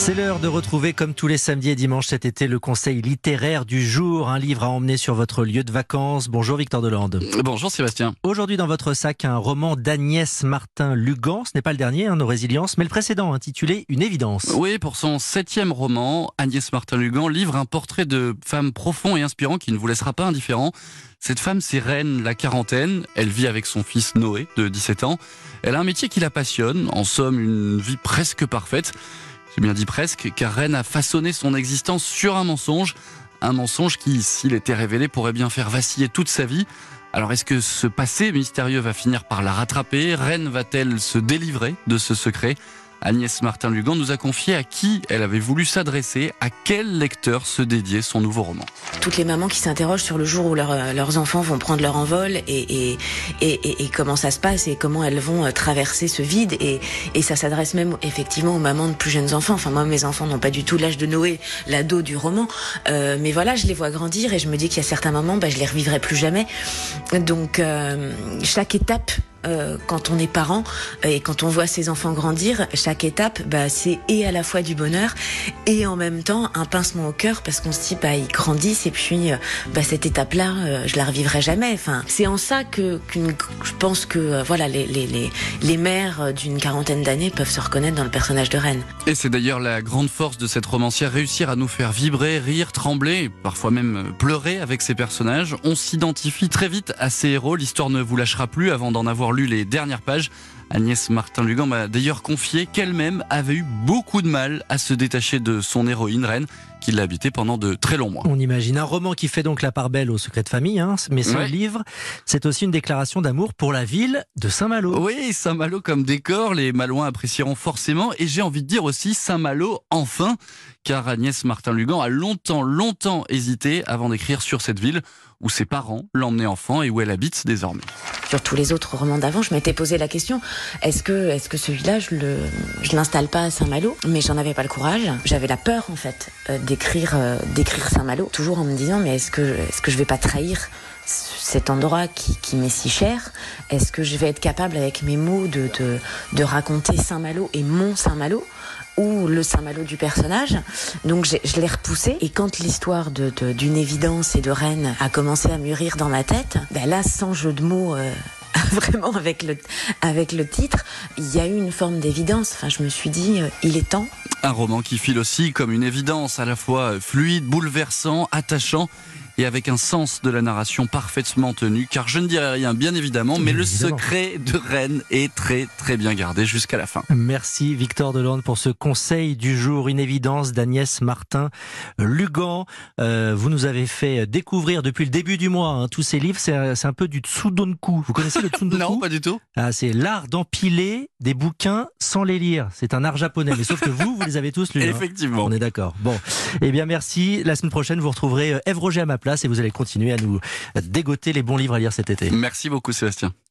C'est l'heure de retrouver, comme tous les samedis et dimanches cet été, le conseil littéraire du jour. Un livre à emmener sur votre lieu de vacances. Bonjour Victor Delande. Bonjour Sébastien. Aujourd'hui dans votre sac, un roman d'Agnès Martin-Lugan. Ce n'est pas le dernier, Nos Résiliences, mais le précédent, intitulé Une évidence. Oui, pour son 7e roman, Agnès Martin-Lugan livre un portrait de femme profond et inspirant qui ne vous laissera pas indifférent. Cette femme, c'est Reine, la quarantaine. Elle vit avec son fils Noé, de 17 ans. Elle a un métier qui la passionne. En somme, une vie presque parfaite. J'ai bien dit presque, car Reine a façonné son existence sur un mensonge qui, s'il était révélé, pourrait bien faire vaciller toute sa vie. Alors est-ce que ce passé mystérieux va finir par la rattraper ? Reine va-t-elle se délivrer de ce secret ? Agnès Martin-Lugan nous a confié à qui elle avait voulu s'adresser, à quel lecteur se dédier son nouveau roman. Toutes les mamans qui s'interrogent sur le jour où leurs enfants vont prendre leur envol et comment ça se passe et comment elles vont traverser ce vide et ça s'adresse même effectivement aux mamans de plus jeunes enfants. Enfin moi mes enfants n'ont pas du tout l'âge de Noé, l'ado du roman, mais voilà, je les vois grandir et je me dis qu'il y a certains moments je les revivrai plus jamais. Donc chaque étape, quand on est parent et quand on voit ses enfants grandir, chaque étape, c'est et à la fois du bonheur et en même temps un pincement au cœur parce qu'on se dit ils grandissent et puis cette étape-là, je la revivrai jamais. Enfin, c'est en ça que je pense que les mères d'une quarantaine d'années peuvent se reconnaître dans le personnage de Reine. Et c'est d'ailleurs la grande force de cette romancière, réussir à nous faire vibrer, rire, trembler, parfois même pleurer avec ses personnages. On s'identifie très vite à ces héros. L'histoire ne vous lâchera plus avant d'en avoir lu les dernières pages. Agnès Martin-Lugan m'a d'ailleurs confié qu'elle-même avait eu beaucoup de mal à se détacher de son héroïne Reine, qui l'a habitée pendant de très longs mois. On imagine un roman qui fait donc la part belle au secret de famille, mais ce livre, c'est aussi une déclaration d'amour pour la ville de Saint-Malo. Oui, Saint-Malo comme décor, les Malouins apprécieront forcément, et j'ai envie de dire aussi Saint-Malo enfin, car Agnès Martin-Lugan a longtemps hésité avant d'écrire sur cette ville où ses parents l'emmenaient enfant et où elle habite désormais. Sur tous les autres romans d'avant, je m'étais posé la question, est-ce que celui-là, je l'installe pas à Saint-Malo ? Mais j'en avais pas le courage. J'avais la peur, en fait, d'écrire Saint-Malo, toujours en me disant, mais est-ce que je vais pas trahir cet endroit qui m'est si cher? Est-ce que je vais être capable, avec mes mots, de raconter Saint-Malo et mon Saint-Malo, ou le Saint-Malo du personnage? Donc je l'ai repoussé, et quand l'histoire d'une évidence et de Reine a commencé à mûrir dans ma tête, là, sans jeu de mots, vraiment avec le titre, il y a eu une forme d'évidence. Enfin, je me suis dit, il est temps. Un roman qui file aussi comme une évidence, à la fois fluide, bouleversant, attachant, et avec un sens de la narration parfaitement tenu, car je ne dirai rien, bien évidemment, mais le secret de Reine est très bien gardé jusqu'à la fin. Merci Victor Delande pour ce conseil du jour, Une évidence d'Agnès Martin-Lugan. Vous nous avez fait découvrir depuis le début du mois tous ces livres, c'est un peu du tsundoku. Vous connaissez le tsundoku? Non, pas du tout. C'est l'art d'empiler des bouquins sans les lire. C'est un art japonais, mais sauf que vous les avez tous lus. Effectivement. On est d'accord. Bon, eh bien merci. La semaine prochaine, vous retrouverez Ève Roger à ma place et vous allez continuer à nous dégoter les bons livres à lire cet été. Merci beaucoup Sébastien.